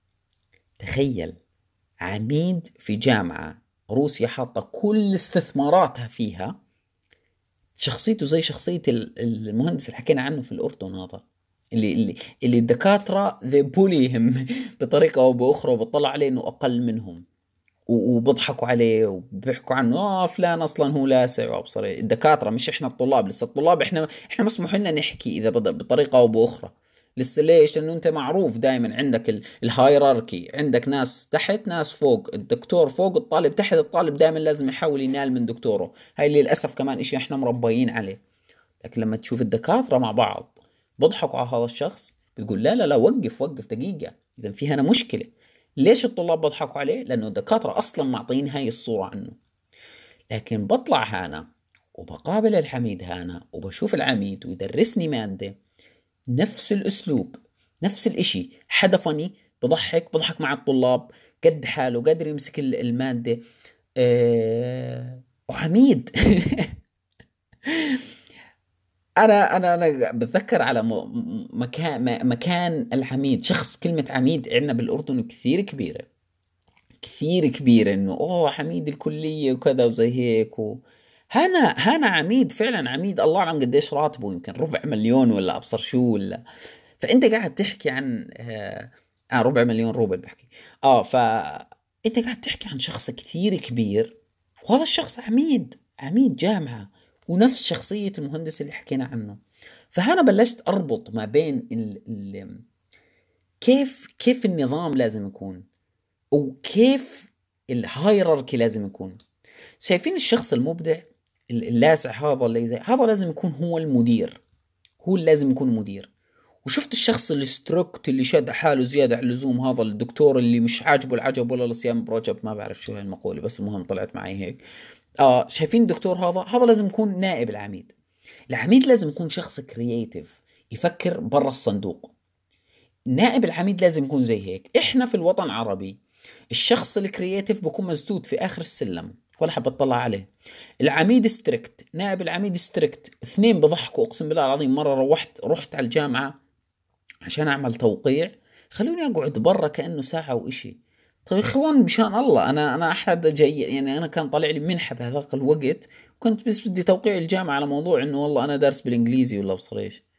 تخيل، عميد في جامعة روسيا حاطة كل استثماراتها فيها، شخصيته زي شخصية المهندس اللي حكينا عنه في الأردن هذا، اللي الدكاترة they bully him بطريقة أو بأخرى، وبطلع عليه إنه أقل منهم وبضحكوا عليه وبيحكوا عنه فلان اصلا هو لاسع وابصر الدكاتره، مش احنا الطلاب. لسه الطلاب احنا مسموح لنا نحكي اذا بطريقه او باخرى. لسه ليش؟ لانه انت معروف دائما عندك الهايراركي، عندك ناس تحت ناس فوق، الدكتور فوق الطالب تحت، الطالب دائما لازم يحاول ينال من دكتوره. هاي اللي للاسف كمان اشي احنا مربيين عليه. لكن لما تشوف الدكاتره مع بعض بضحكوا على هذا الشخص، بتقول لا وقف دقيقه، اذا في هنا مشكله. ليش الطلاب بضحكوا عليه؟ لأنه الدكاترة أصلا معطين هاي الصورة عنه. لكن بطلع هنا وبقابل الحميد هنا وبشوف العميد ويدرسني مادة نفس الأسلوب، نفس الإشي، حدا فني بضحك مع الطلاب، قد حاله قادر يمسك المادة. وعميد انا بتذكر على مكان العميد، شخص كلمة عميد عندنا بالأردن كثير كبيرة، كثير كبيرة، انه حميد الكلية وكذا وزي هيك هنا عميد فعلا عميد، الله اعلم قديش راتبه، يمكن 250,000 ولا ابصر شو ولا. فانت قاعد تحكي عن 400,000 روبل بحكي. ف انت قاعد تحكي عن شخص كثير كبير، وهذا الشخص عميد جامعة، ونفس شخصية المهندس اللي حكينا عنه. فهنا بلشت أربط ما بين كيف النظام لازم يكون، وكيف الهايراركي لازم يكون. شايفين الشخص المبدع اللاسع هذا اللي زي هذا لازم يكون هو المدير، هو اللي لازم يكون مدير. وشفت الشخص الستروكت اللي شاد حاله زيادة عن اللزوم، هذا الدكتور اللي مش عاجبه العجب ولا الصيام برجب، ما بعرف شو هاي المقولة بس المهم طلعت معي هيك. شايفين الدكتور هذا لازم يكون نائب العميد. العميد لازم يكون شخص كرييتيف، يفكر برا الصندوق. نائب العميد لازم يكون زي هيك. احنا في الوطن العربي الشخص الكرييتيف بكون مسدود في اخر السلم، ولا حاب اطلع عليه. العميد ستريكت، نائب العميد ستريكت، اثنين بضحكوا. اقسم بالله العظيم مرة رحت على الجامعة عشان اعمل توقيع، خلوني اقعد برا كأنه ساعة وإشي. طيب اخوان مشان الله، انا احد جاي، يعني انا كان طالع لي منحة بهذاك الوقت، وكنت بس بدي توقيع الجامعة على موضوع انه والله انا دارس بالانجليزي ولا بصر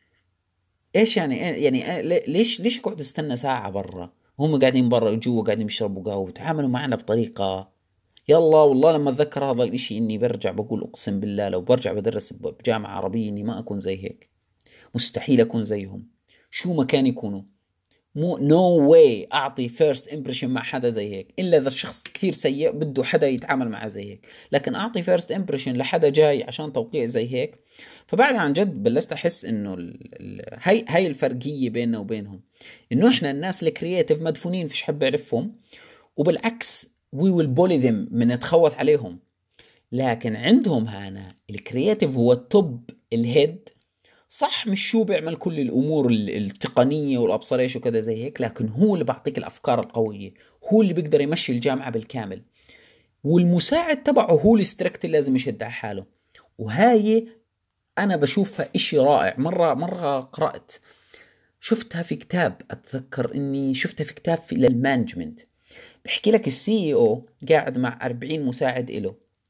ايش يعني. ليش اقعد استنى ساعة برا؟ هم قاعدين برا وجوا قاعدين يشربوا قهوة وتعاملوا معنا بطريقة. يلا والله لما اتذكر هذا الاشي اني برجع بقول اقسم بالله لو برجع بدرس بجامعة عربية اني ما اكون زي هيك. مستحيل اكون زيهم، شو ما كان يكونوا. مو نو واي اعطي فيرست امبريشن مع حدا زي هيك، الا اذا الشخص كثير سيء بده حدا يتعامل معه زي هيك. لكن اعطي فيرست امبريشن لحدا جاي عشان توقيع زي هيك. فبعدها عن جد بلشت احس انه هاي الفرقيه بيننا وبينهم، انه احنا الناس الكرييتيف مدفونين فيش حد بيعرفهم، وبالعكس وي ويل بولي ذم من نتخوث عليهم. لكن عندهم هنا الكرييتيف هو التوب، الهيد. صح مش شو بيعمل كل الامور التقنيه والابصر ايش وكذا زي هيك، لكن هو اللي بعطيك الافكار القويه، هو اللي بيقدر يمشي الجامعه بالكامل. والمساعد تبعه هو الاستركت اللي لازم يشد على حاله. وهاي انا بشوفها اشي رائع. مره قرات، شفتها في كتاب، اتذكر اني شفتها في كتاب في للمانجمنت. بحكي لك السي او قاعد مع 40 مساعد له،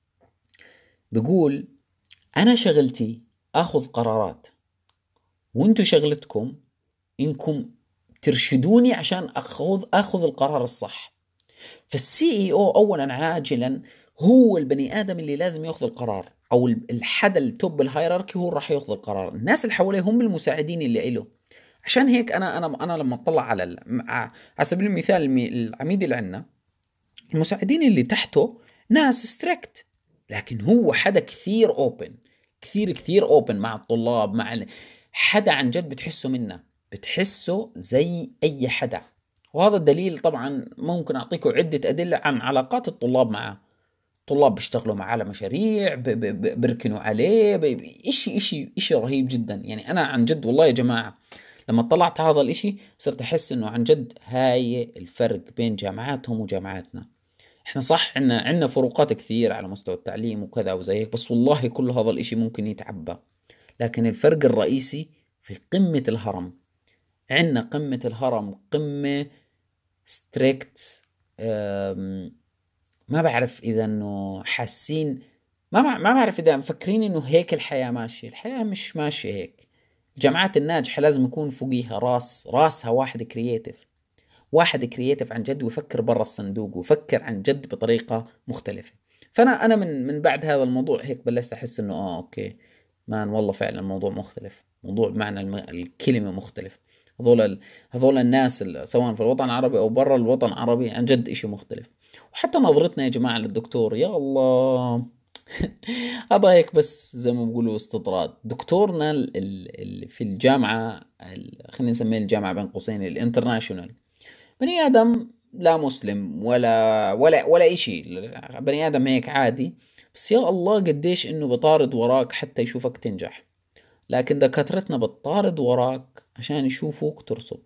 بقول انا شغلتي اخذ قرارات، وانتو شغلتكم انكم ترشدوني عشان اخذ القرار الصح. فالسي اي او اولا عاجلا هو البني ادم اللي لازم ياخذ القرار، او الحدا التوب الهيراركي هو راح ياخذ القرار. الناس اللي حواليه هم المساعدين اللي له. عشان هيك انا لما اطلع على على سبيل المثال العميد اللي عندنا، المساعدين اللي تحته ناس ستريكت، لكن هو حدا كثير اوبن، كثير اوبن مع الطلاب، حدا عن جد بتحسه منه، بتحسه زي اي حدا. وهذا الدليل طبعا ممكن اعطيكم عدة ادلة عن علاقات الطلاب معه. طلاب بيشتغلوا معاه على مشاريع، بركنوا عليه، اشي رهيب جدا. يعني انا عن جد والله يا جماعة لما طلعت هذا الاشي صرت احس انه عن جد هاي الفرق بين جامعاتهم وجامعاتنا. احنا صح عنا فروقات كثير على مستوى التعليم وكذا وزي هيك، بس والله كل هذا الاشي ممكن يتعبى. لكن الفرق الرئيسي في قمة الهرم. عنا قمة الهرم قمة ستريكت. ما بعرف إذا إنه حاسين، ما بعرف إذا مفكرين إنه هيك الحياة ماشية. الحياة مش ماشية هيك. الجامعات الناجحة لازم يكون فوقيها راسها واحد كرييتيف عن جد، ويفكر برا الصندوق، ويفكر عن جد بطريقة مختلفة. فأنا من بعد هذا الموضوع هيك بلشت أحس إنه أوكي مان، والله فعلا الموضوع مختلف، موضوع بمعنى الكلمة مختلف. هذول الناس سواء في الوطن العربي أو برا الوطن العربي عن جد إشي مختلف. وحتى نظرتنا يا جماعة للدكتور، يا الله هذا هيك بس زي ما بيقولوا استطراد. دكتورنا في الجامعة خلينا نسميه الجامعة بين قوسين الانترناشونال، بني آدم لا مسلم ولا إشي، بني آدم هيك عادي. بس يا الله قديش إنه بطارد وراك حتى يشوفك تنجح. لكن دكاترتنا بتطارد وراك عشان يشوفوك ترسب.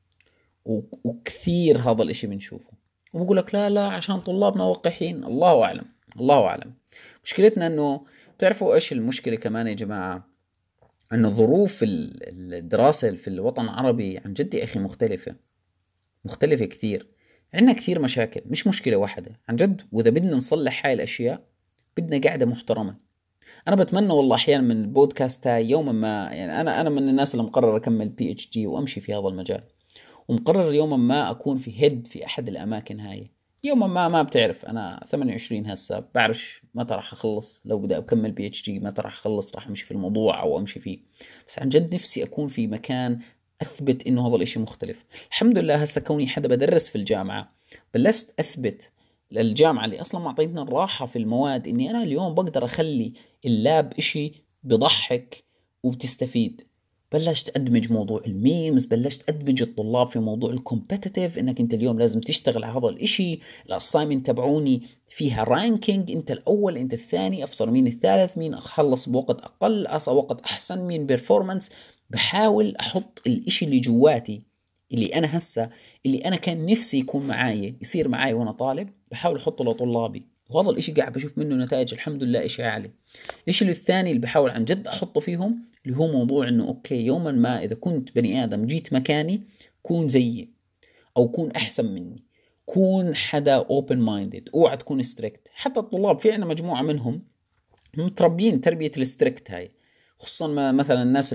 وكثير هذا الإشي بنشوفه. وبقول لك لا عشان طلابنا وقحين. الله أعلم، الله أعلم. مشكلتنا إنه تعرفوا إيش المشكلة كمان يا جماعة؟ إنه ظروف الدراسة في الوطن العربي عن جد يا أخي مختلفة كثير. عندنا كثير مشاكل، مش مشكلة واحدة عن جد. وإذا بدنا نصلح هاي الأشياء بدنا قاعدة محترمة. أنا بتمنى والله أحيانا من البودكاست هاي يوما ما، يعني أنا من الناس اللي مقرر أكمل بي اتش دي وأمشي في هذا المجال، ومقرر يوما ما أكون في هيد في أحد الأماكن هاي. يوما ما بتعرف، انا 28 هسه، بعرفش متى راح اخلص، لو بدي اكمل بي اتش دي متى راح اخلص، راح امشي في الموضوع او امشي فيه. بس عن جد نفسي اكون في مكان اثبت انه هذا الاشي مختلف. الحمد لله هسه كوني حدا بدرس في الجامعة، بلشت اثبت للجامعة اللي اصلا معطيتنا الراحة في المواد اني انا اليوم بقدر اخلي اللاب اشي بضحك وبتستفيد. بلشت ادمج موضوع الميمز، بلشت ادمج الطلاب في موضوع الكومبetitive، انك انت اليوم لازم تشتغل على هذا الاشي. الاسايمنت تبعوني فيها رانكينج، انت الاول، انت الثاني، افصل مين الثالث، مين خلص بوقت اقل، وقت احسن، مين بيرفورمانس. بحاول احط الاشي اللي جواتي، اللي انا هسه، اللي انا كان نفسي يكون معاي، يصير معاي وانا طالب، بحاول احطه لطلابي. وهذا الاشي قاعد بشوف منه نتائج الحمد لله اشي عالي. الاشي الثاني اللي بحاول عن جد احطه فيهم، اللي هو موضوع انه اوكي يوما ما اذا كنت بني ادم جيت مكاني، كون زيي او كون احسن مني، كون حدا اوبن مايندد، اوعى تكون ستريكت. حتى الطلاب في عنا مجموعه منهم متربيين تربيه الستريكت هاي، خصوصا ما مثلا الناس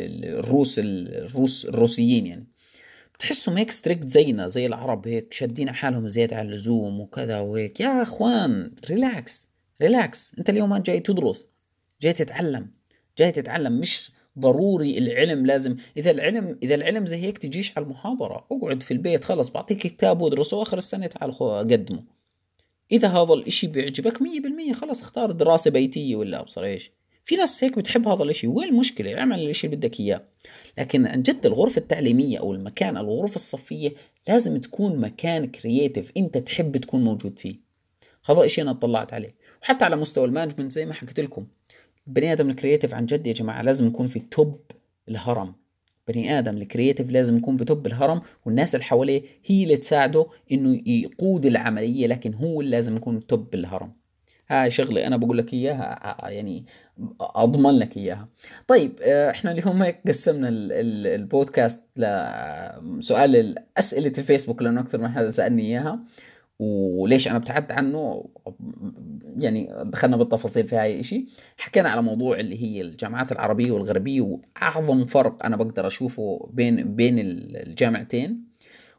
الروسيين يعني، بتحسهم هيك ستريكت زينا زي العرب، هيك شادين حالهم زيادة عن اللزوم وكذا وهيك. يا اخوان ريلاكس، ريلاكس. انت اليوم جاي تدرس، جاي تتعلم، جاي تتعلم. مش ضروري العلم لازم، اذا العلم زي هيك تجيش على المحاضرة، اقعد في البيت خلص، بعطيك كتاب وادرسه، واخر السنة تعال قدمه. اذا هذا الاشي بيعجبك 100% خلص اختار دراسة بيتية ولا ابصر ايش. في ناس هيك بتحب هذا الاشي، وين المشكلة؟ اعمل الاشي اللي بدك اياه. لكن عن جد الغرفة التعليمية او المكان، الغرفة الصفية، لازم تكون مكان كرييتيف انت تحب تكون موجود فيه. هذا اشي انا اطلعت عليه. وحتى على مستوى المانجمنت زي ما حكيت لكم، البني ادم الكرييتيف عن جد يا جماعه لازم يكون في توب الهرم. بني ادم الكرييتيف لازم يكون في توب الهرم، والناس اللي حواليه هي اللي تساعده انه يقود العمليه، لكن هو اللي لازم يكون توب الهرم. هاي شغلة أنا بقول لك إياها يعني، أضمن لك إياها. طيب إحنا اليوم هيك قسمنا البودكاست لسؤال أسئلة الفيسبوك، لأنه أكثر من حدا سألني إياها، وليش انا ابتعدت عنه. يعني دخلنا بالتفاصيل في هاي الاشي، حكينا على موضوع اللي هي الجامعات العربية والغربية، واعظم فرق انا بقدر اشوفه بين الجامعتين.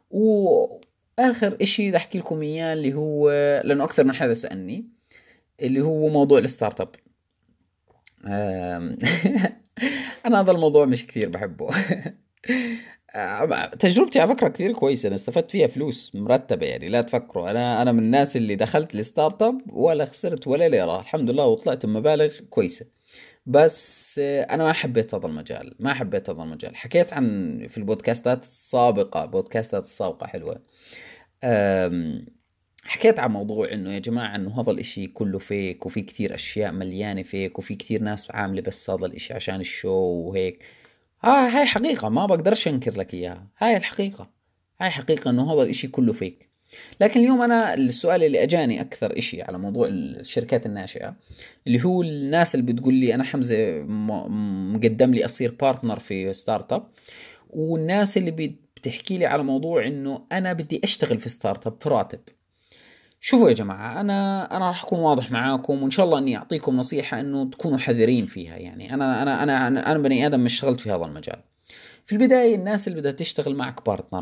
واخر اشي بدي احكي لكم اياه اللي هو، لانه اكثر من حدا سألني، اللي هو موضوع الستارت اب. آم، انا هذا الموضوع مش كثير بحبه. تجربتي على فكرة كثير كويسة، أنا استفدت فيها فلوس مرتبة يعني، لا تفكروا أنا من الناس اللي دخلت الستارت اب ولا خسرت ولا ليرة الحمد لله، وطلعت بمبالغ كويسة. بس أنا ما حبيت هذا المجال، ما حبيت هذا المجال. حكيت عن في البودكاستات السابقة، بودكاستات السابقة حلوة. أم، حكيت عن موضوع انه يا جماعة انه هذا الاشي كله فيك، وفي كتير اشياء مليانة فيك، وفي كتير ناس عاملة بس هذا الاشي عشان الشو وهيك. هاي حقيقة ما بقدرش انكر لك اياها، هاي الحقيقة. هاي حقيقة انه هذا الاشي كله فيك. لكن اليوم انا السؤال اللي اجاني اكثر اشي على موضوع الشركات الناشئة، اللي هو الناس اللي بتقول لي انا حمزة مقدم لي اصير بارتنر في ستارت اب، والناس اللي بتحكي لي على موضوع انه انا بدي اشتغل في ستارت اب في راتب. شوفوا يا جماعة، أنا راح أكون واضح معاكم، وإن شاء الله إني أعطيكم نصيحة إنه تكونوا حذرين فيها. يعني أنا بني آدم مش اشتغلت في هذا المجال. في البداية الناس اللي بدها تشتغل معك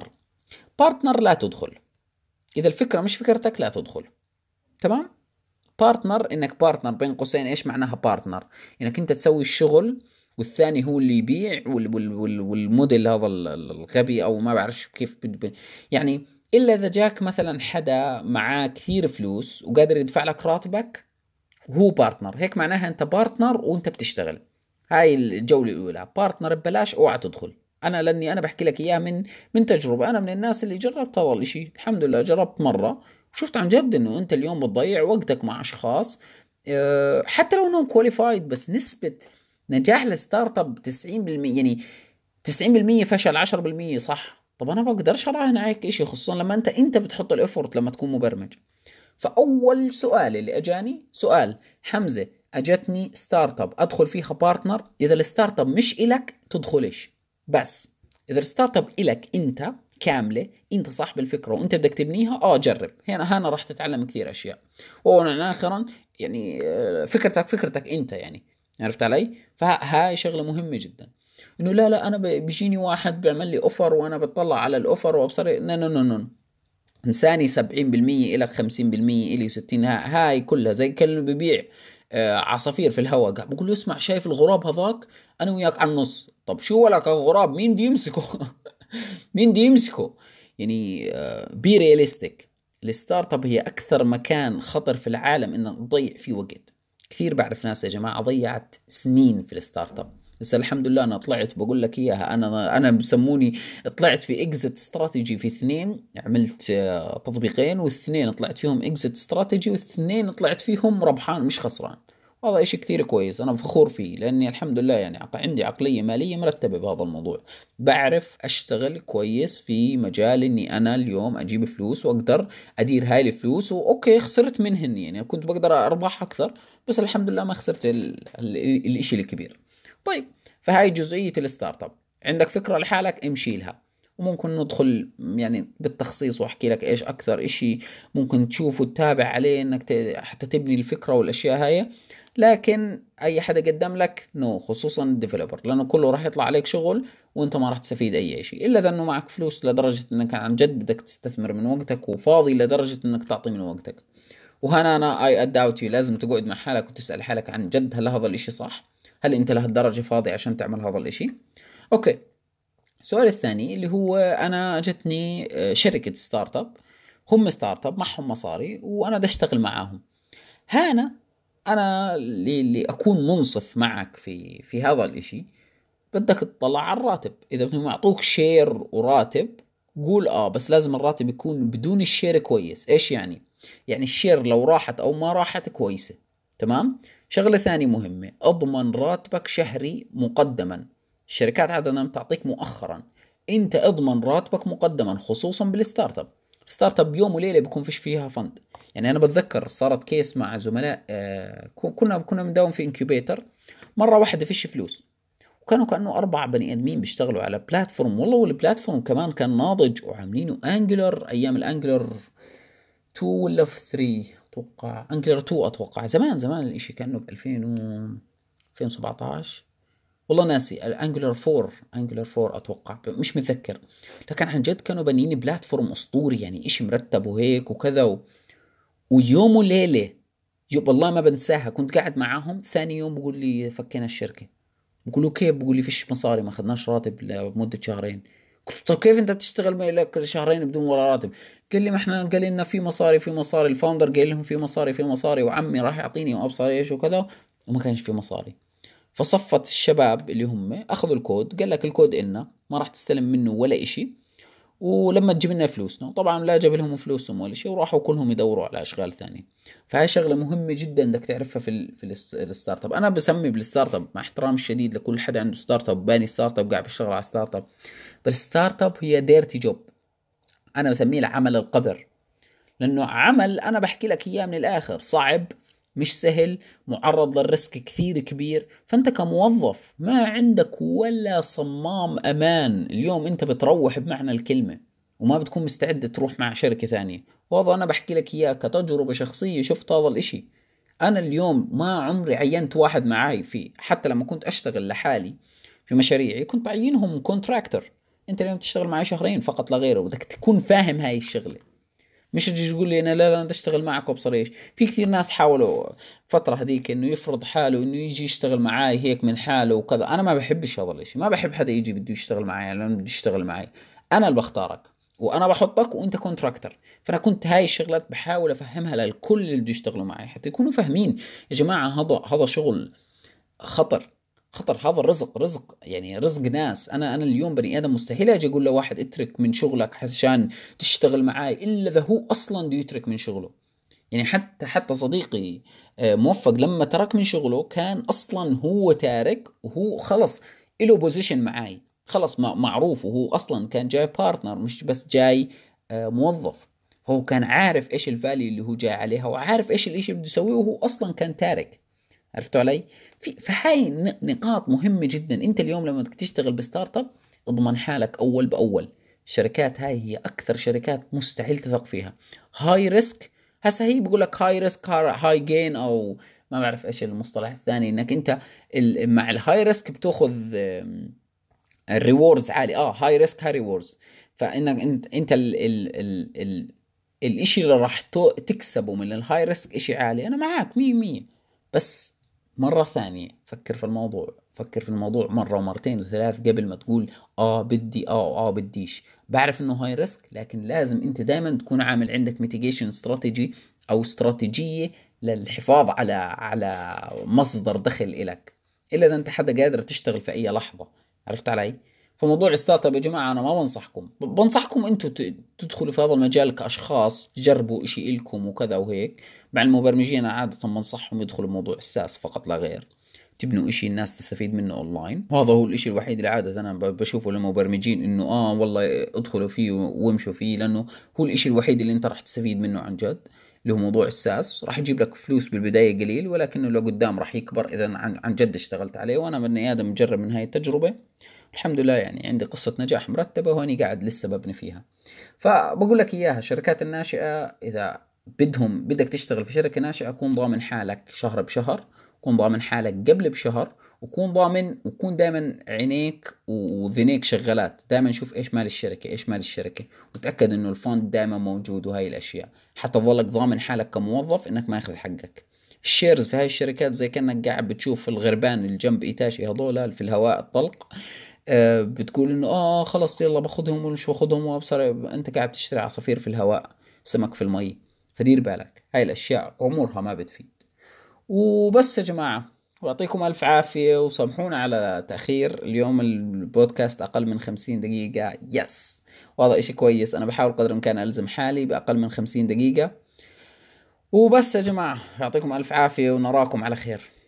بارتنر لا تدخل. إذا الفكرة مش فكرتك لا تدخل. تمام. بارتنر، إنك بارتنر بين قوسين، إيش معناها بارتنر؟ إنك أنت تسوي الشغل والثاني هو اللي يبيع، والموديل هذا الغبي او ما بعرفش كيف يعني. الا اذا جاك مثلا حدا معاه كثير فلوس وقادر يدفع لك راتبك وهو بارتنر، هيك معناها انت بارتنر وانت بتشتغل. هاي الجولة الاولى، بارتنر ببلاش اوعى تدخل. انا بحكي لك اياه من تجربة، انا من الناس اللي جربت هذا الاشي الحمد لله، جربت مرة وشفت عن جد انه انت اليوم بتضيع وقتك مع اشخاص حتى لو انهم كواليفايد، بس نسبة نجاح الستارت اب 90%، يعني 90% فشل 10% صح. طب انا بقدرش اراهن عليك اشي، خصوصا لما انت بتحط الافورت لما تكون مبرمج. فاول سؤال اللي اجاني سؤال: حمزة اجتني ستارت اب ادخل فيها بارتنر؟ اذا الستارت اب مش الك تدخلش. بس اذا الستارت اب الك انت كاملة، انت صاحب الفكرة وانت بدك تبنيها، جرب هنا راح تتعلم كثير اشياء. واولا اخرا يعني فكرتك انت يعني، عرفت علي؟ فهاي شغلة مهمة جدا. انه لا انا بيجيني واحد بيعمل لي اوفر وانا بتطلع على الاوفر وابصر، نو نو نو نو. إنساني 70% إلك 50% إلي 60. هاي كلها زي كلمة ببيع عصافير في الهواء. قاعد بقول له اسمع، شايف الغراب هذاك؟ أنا وياك على النص. طب شو لك الغراب؟ مين دي يمسكه؟ مين دي يمسكه؟ يعني بي رياليستيك. الستارت اب هي أكثر مكان خطر في العالم إنك تضيع فيه وقت. كثير بعرف ناس يا جماعة ضيعت سنين في الستارت اب، بس الحمد لله انا طلعت بقول لك اياها. انا بسموني طلعت في اكزit استراتيجي في اثنين. عملت تطبيقين والاثنين طلعت فيهم اكزit استراتيجي، والاثنين طلعت فيهم ربحان مش خسران. هذا اشي كثير كويس، انا فخور فيه لاني الحمد لله يعني عندي عقلية مالية مرتبة بهذا الموضوع. بعرف اشتغل كويس في مجال اني انا اليوم اجيب فلوس واقدر ادير هاي الفلوس. واوكي خسرت منهن، يعني كنت بقدر اربح اكثر، بس الحمد لله ما خسرت الاشي الكبير. طيب، فهاي جزئية الستارت اب. عندك فكرة لحالك امشي لها، وممكن ندخل يعني بالتخصيص واحكي لك ايش اكثر اشي ممكن تشوفه وتتابع عليه انك حتى تبني الفكرة والاشياء هاي. لكن اي حدا قدم لك نو، خصوصا الديفلوبر، لانه كله راح يطلع عليك شغل وانت ما راح تستفيد اي شيء، الا اذا انه معك فلوس لدرجة انك عن جد بدك تستثمر من وقتك وفاضي لدرجة انك تعطي من وقتك. وهنا انا اي اداوت يو، لازم تقعد مع حالك وتسأل حالك عن جد هل هذا الاشي صح؟ هل انت لهالدرجة فاضي عشان تعمل هذا الاشي؟ اوكي. السؤال الثاني اللي هو انا جتني شركة ستارت اب، هم ستارت اب معهم مصاري وانا بدي اشتغل معاهم. هنا انا اللي اكون منصف معك في هذا الاشي، بدك تطلع على الراتب. اذا بدهم يعطوك شير وراتب، قول بس لازم الراتب يكون بدون الشير كويس. ايش يعني؟ يعني الشير لو راحت او ما راحت كويسة. تمام. شغلة ثانية مهمة، اضمن راتبك شهري مقدما. الشركات عادة بتعطيك مؤخرا، انت اضمن راتبك مقدما، خصوصا بالستارت اب. الستارت اب بيوم وليلة بيكون فيش فيها فند. يعني انا بتذكر صارت كيس مع زملاء، كنا بنداوم في انكيوبيتر. مرة واحدة فيش فلوس، وكانوا كأنه 4 بني آدمين بيشتغلوا على بلاتفورم والله، والبلاتفورم كمان كان ناضج وعاملينه أنجلر أيام الأنجلر 2 ولا 3. أتوقع أنجلر 2، أتوقع زمان زمان الإشي كأنه ب 2000 2017. والله ناسي. الأنجلر 4، أنجلر 4 أتوقع، مش متذكر. لكن عن جد كانوا بانيين بلاتفورم أسطوري، يعني إشي مرتب وهيك وكذا ويوم وليلة. والله ما بنساها، كنت قاعد معاهم ثاني يوم بقول لي فكينا الشركة. بقول له كيف؟ بقول لي فيش مصاري، ما اخذناش راتب لمدة شهرين. قلت له طيب كيف انت بتشتغل ما لك شهرين بدون ولا راتب؟ قال لي ما احنا قال لنا في مصاري، في مصاري. الفاوندر قال لهم في مصاري، في مصاري، وعمي راح يعطيني وابصر ايش وكذا، وما كانش في مصاري. فصفت الشباب اللي هم اخذوا الكود، قال لك الكود إلنا ما راح تستلم منه ولا اشي، ولما تجيب لنا فلوسنا. طبعا لا جاب لهم فلوسهم ولا شيء، وراحوا كلهم يدوروا على اشغال ثانيه. فهاي شغله مهمه جدا انك تعرفها الستارت اب. انا بسمي بالستارت اب، مع احترام الشديد لكل حدا عنده ستارت اب باني ستارت اب قاعد بيشتغل على ستارت اب، بس ستارت اب هي ديرتي جوب. انا بسميه العمل القذر، لانه عمل انا بحكي لك اياه من الاخر صعب، مش سهل، معرض للريسك كثير كبير. فانت كموظف ما عندك ولا صمام امان. اليوم انت بتروح بمعنى الكلمة، وما بتكون مستعد تروح مع شركة ثانية. وهذا انا بحكي لك اياه كتجربة شخصية، شفت هذا الاشي. انا اليوم ما عمري عينت واحد معاي في، حتى لما كنت اشتغل لحالي في مشاريعي كنت بعينهم كونتراكتور. انت اليوم تشتغل معي شهرين فقط لا غير، بدك تكون فاهم هاي الشغلة. مش تجي تقول لي انا لا لا، انا بدي اشتغل معك وابصر ايش. في كثير ناس حاولوا فترة هذيك انه يفرض حاله انه يجي يشتغل معاي هيك من حاله وكذا. انا ما بحبش هذا الاشي، ما بحب حدا يجي بده يشتغل معي لانه بده يشتغل معي. انا اللي بختارك وانا بحطك وانت كونتراكتر. فانا كنت هاي الشغلات بحاول افهمها للكل اللي بده يشتغلوا معي حتى يكونوا فاهمين. يا جماعة هذا شغل خطر. خطر. هذا الرزق رزق، يعني رزق ناس. انا اليوم بني ادم مستحيل اجي اقول لواحد اترك من شغلك عشان تشتغل معاي الا اذا هو اصلا بده يترك من شغله. يعني حتى صديقي موفق لما ترك من شغله كان اصلا هو تارك وهو خلص له بوزيشن معاي، خلص معروف، وهو اصلا كان جاي بارتنر مش بس جاي موظف. فهو كان عارف ايش الفاليو اللي هو جاي عليها، وعارف ايش الاشي اللي بده يسويه، وهو اصلا كان تارك. عرفتوا علي؟ فهاي نقاط مهمة جدا. انت اليوم لما بدك تشتغل بستارت اب اضمن حالك اول باول. الشركات هاي هي اكثر شركات مستحيل تثق فيها. هاي ريسك. هسه هي بقول لك هاي ريسك هاي جين، او ما بعرف ايش المصطلح الثاني، انك انت مع الهاي ريسك بتاخذ الريوردز عالي. هاي ريسك هاي ريوردز. فانك انت الاشي اللي راح تكسبه من الهاي ريسك اشي عالي، انا معاك 100%. بس مرة ثانية فكر في الموضوع، فكر في الموضوع مرة ومرتين وثلاث قبل ما تقول اه بدي بديش. بعرف انه هاي ريسك، لكن لازم انت دائما تكون عامل عندك ميتيجيشن استراتيجي او استراتيجية للحفاظ على مصدر دخل إلك، الا اذا انت حدا قادر تشتغل في اي لحظة. عرفت علي؟ فموضوع الستارت اب يا جماعة أنا ما بنصحكم، بنصحكم أنتم تدخلوا في هذا المجال كأشخاص، تجربوا إشي إلكم وكذا وهيك. مع المبرمجين أنا عادة بنصحهم يدخلوا موضوع الساس فقط لا غير، تبنوا إشي الناس تستفيد منه أونلاين. وهذا هو الإشي الوحيد اللي عادة أنا بشوفه للمبرمجين، إنه والله ادخلوا فيه وامشوا فيه، لأنه هو الإشي الوحيد اللي أنت راح تستفيد منه عن جد، اللي هو موضوع الساس. راح يجيب لك فلوس بالبداية قليل، ولكنه لو قدام راح يكبر إذا عن جد اشتغلت عليه. وأنا بني آدم مجرب من هاي التجربة، الحمد لله يعني عندي قصة نجاح مرتبة وهوني قاعد لسه ببني فيها. فبقول لك إياها، الشركات الناشئة إذا بدك تشتغل في شركة ناشئة، كون ضامن حالك شهر بشهر، كون ضامن حالك قبل بشهر، وكون ضامن وكون دائما عينيك وذنيك شغالات. دائما شوف ايش مال الشركة، ايش مال الشركة، وتأكد انه الفند دائما موجود وهاي الاشياء، حتى تظلك ضامن حالك كموظف انك ما ياخذ حقك. الشيرز في هاي الشركات زي كأنك قاعد بتشوف الغربان اللي جنب ايتاشي هذول في الهواء الطلق. بتقول انه خلص يلا باخذهم ومش باخذهم، وابصر انت قاعد تشتري عصافير في الهواء، سمك في المي. فدير بالك، هاي الاشياء عمرها ما بتفيد. وبس يا جماعة، ويعطيكم ألف عافية، وسامحونا على تأخير اليوم. البودكاست أقل من 50 دقيقة، يس، وهذا إشي كويس. أنا بحاول قدر الإمكان ألزم حالي بأقل من 50 دقيقة. وبس يا جماعة، يعطيكم ألف عافية ونراكم على خير.